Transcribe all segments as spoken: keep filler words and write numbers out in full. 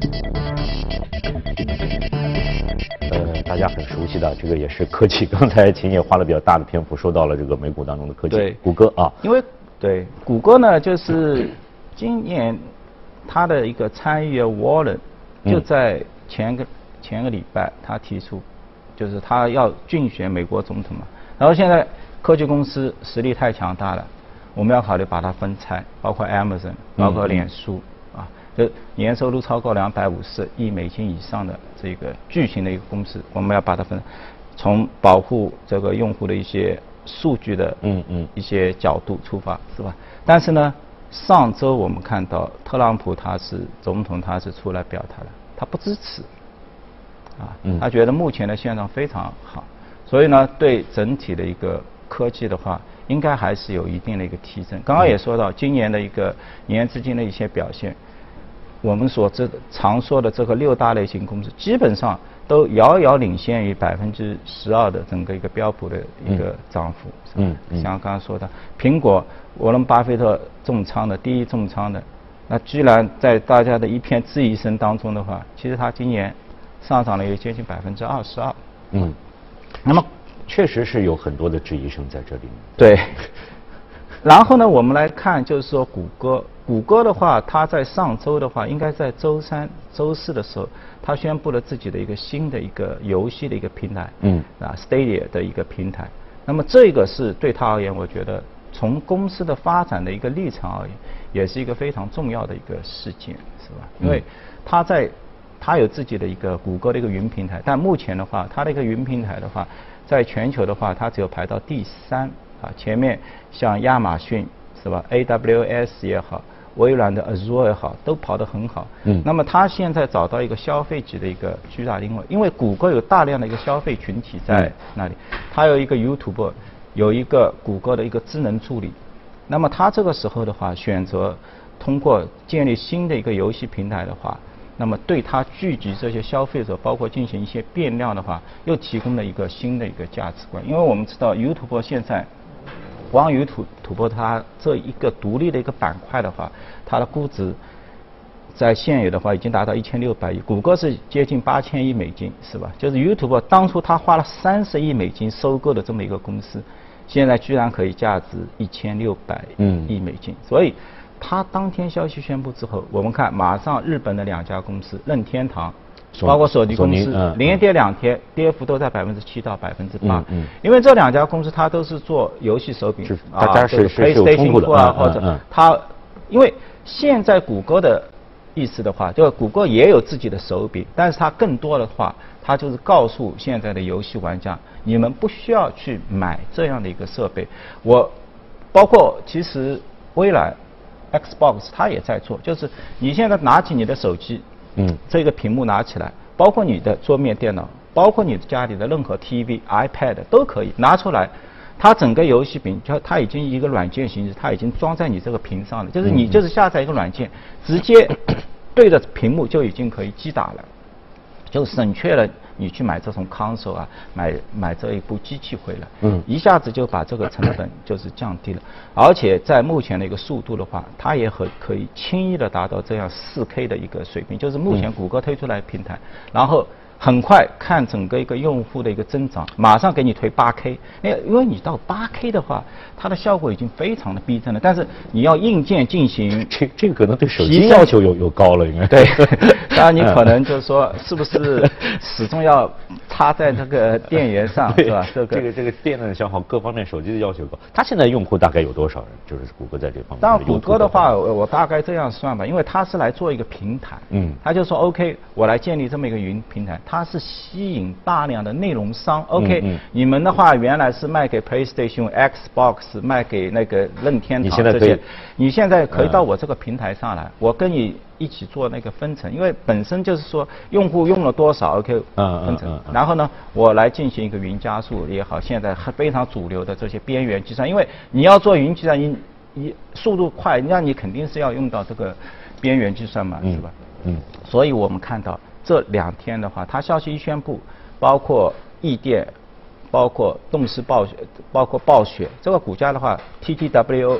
呃，大家很熟悉的这个也是科技，刚才秦也花了比较大的篇幅说到了这个美股当中的科技， 对， 谷歌啊， 因为对谷歌呢，就是今年他的一个参议员 Warren 就在前个、嗯、前个礼拜他提出，就是他要竞选美国总统嘛，然后现在科技公司实力太强大了，我们要考虑把它分拆，包括 Amazon， 包括脸书。嗯啊，就年收入超过两百五十亿美金以上的这个巨型的一个公司，我们要把它分，从保护这个用户的一些数据的嗯嗯一些角度出发，是吧？但是呢，上周我们看到特朗普他是总统，他是出来表态了，他不支持，啊，他觉得目前的现状非常好，所以呢，对整体的一个科技的话，应该还是有一定的一个提升。刚刚也说到，今年的一个年资金的一些表现，我们所知常说的这个六大类型公司，基本上都遥遥领先于百分之十二的整个一个标普的一个涨幅。嗯，嗯像刚刚说的，苹果，沃伦巴菲特重仓的第一重仓的，那居然在大家的一片质疑声当中的话，其实它今年上涨了有接近百分之二十二。嗯，那么。 确实是有很多的质疑声在这里。 对。然后呢，我们来看，就是说谷歌，谷歌的话，它在上周的话，应该在周三、周四的时候，它宣布了自己的一个新的一个游戏的一个平台，嗯，啊 ，Stadia 的一个平台。那么这个是对它而言，我觉得从公司的发展的一个历程而言，也是一个非常重要的一个事件，是吧？因为它在它有自己的一个谷歌的一个云平台，但目前的话，它的一个云平台的话，在全球的话，它只有排到第三啊，前面像亚马逊是吧 ，A W S 也好，微软的 Azure 也好，都跑得很好。嗯。那么它现在找到一个消费级的一个巨大定位，因为谷歌有大量的一个消费群体在那里，嗯、它有一个 YouTube， 有一个谷歌的一个智能助理。那么它这个时候的话，选择通过建立新的一个游戏平台的话。那么对它聚集这些消费者，包括进行一些变量的话，又提供了一个新的一个价值观。因为我们知道 YouTube 现在，光 YouTube 它这一个独立的一个板块的话，它的估值在现有的话已经达到一千六百亿，谷歌是接近八千亿美金，是吧？就是 YouTube 当初它花了三十亿美金收购的这么一个公司，现在居然可以价值一千六百亿美金，嗯、所以。他当天消息宣布之后，我们看马上日本的两家公司任天堂，包括索尼公司，嗯、连跌两天，跌幅都在百分之七到百分之八。嗯，因为这两家公司它都是做游戏手柄， 大家是是有冲突的啊，或者它，因为现在谷歌的意思的话，就谷歌也有自己的手柄，但是它更多的话，它就是告诉现在的游戏玩家，你们不需要去买这样的一个设备。我包括其实微软。Xbox 它也在做，就是你现在拿起你的手机，嗯，这个屏幕拿起来，包括你的桌面电脑，包括你家里的任何 T V、iPad 都可以拿出来，它整个游戏屏，就它已经一个软件形式，它已经装在你这个屏上了，就是你就是下载一个软件，直接对着屏幕就已经可以击打了，就省却了你去买这种 console 啊，买买这一部机器回来，嗯，一下子就把这个成本就是降低了，而且在目前的一个速度的话，它也很可以轻易的达到这样 四K 的一个水平，就是目前谷歌推出来的平台，然后很快看整个一个用户的一个增长，马上给你推 八 K， 因为你到 八 K 的话，它的效果已经非常的逼真了，但是你要硬件进行这这个可能对手机要求有有高了，应该对，当然你可能就是说是不是始终要插在这个电源上是吧？ 这个这个这个电量的消耗各方面手机的要求高，它现在用户大概有多少人？就是谷歌在这方面。 当然谷歌的话，我我大概这样算吧，因为它是来做一个平台，嗯，他就说 OK， 我来建立这么一个云平台。它是吸引大量的内容商 ，OK，、嗯嗯、你们的话原来是卖给 PlayStation、Xbox， 卖给那个任天堂这些，你现在可以到我这个平台上来，嗯、我跟你一起做那个分成，因为本身就是说用户用了多少 ，OK， 分成，嗯嗯嗯、然后呢，我来进行一个云加速也好，现在非常主流的这些边缘计算，因为你要做云计算，你你速度快，那你肯定是要用到这个边缘计算嘛，嗯、是吧？嗯，所以我们看到。这两天的话，它消息一宣布，包括易电，包括动视暴雪，包括暴雪，这个股价的话 ，T T W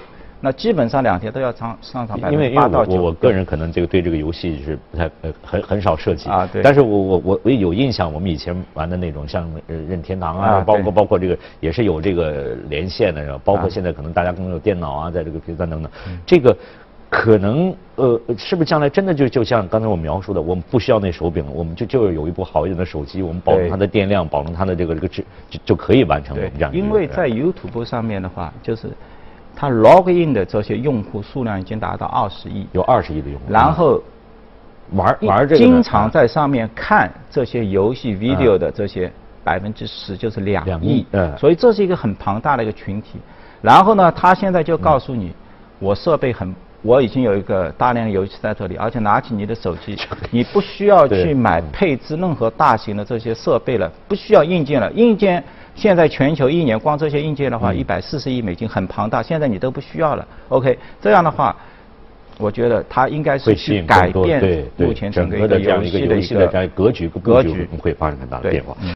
那基本上两天都要上上涨百分因为因为我之八到九。 我我个人可能这个对这个游戏是不太呃很很少涉及啊，对。 但是我我我我有印象，我们以前玩的那种像呃任天堂啊， 啊包括包括这个也是有这个连线的，包括啊现在可能大家更有电脑啊，在这个频段等等，这个。可能呃，是不是将来真的就就像刚才我描述的，我们不需要那手柄了，我们就就是有一部好一点的手机，我们保证它的电量，保证它的这个这个质，就就可以完成我们这样。 因为在 YouTube 上面的话，就是它 log in 的这些用户数量已经达到二十亿， 有二十亿的用户， 然后玩玩这个经常在上面看这些游戏 video 的这些百分之十就是两亿， 嗯， 所以这是一个很庞大的一个群体。然后呢，他现在就告诉你，我设备很。我已经有一个大量的游戏在这里，而且拿起你的手机，你不需要去买配置任何大型的这些设备了，不需要硬件了。硬件现在全球一年光这些硬件的话，一百四十亿美金很庞大，现在你都不需要了。OK， 这样的话，我觉得它应该是去改变目前整个一个游戏的一个格局， 格局会发生很大的变化。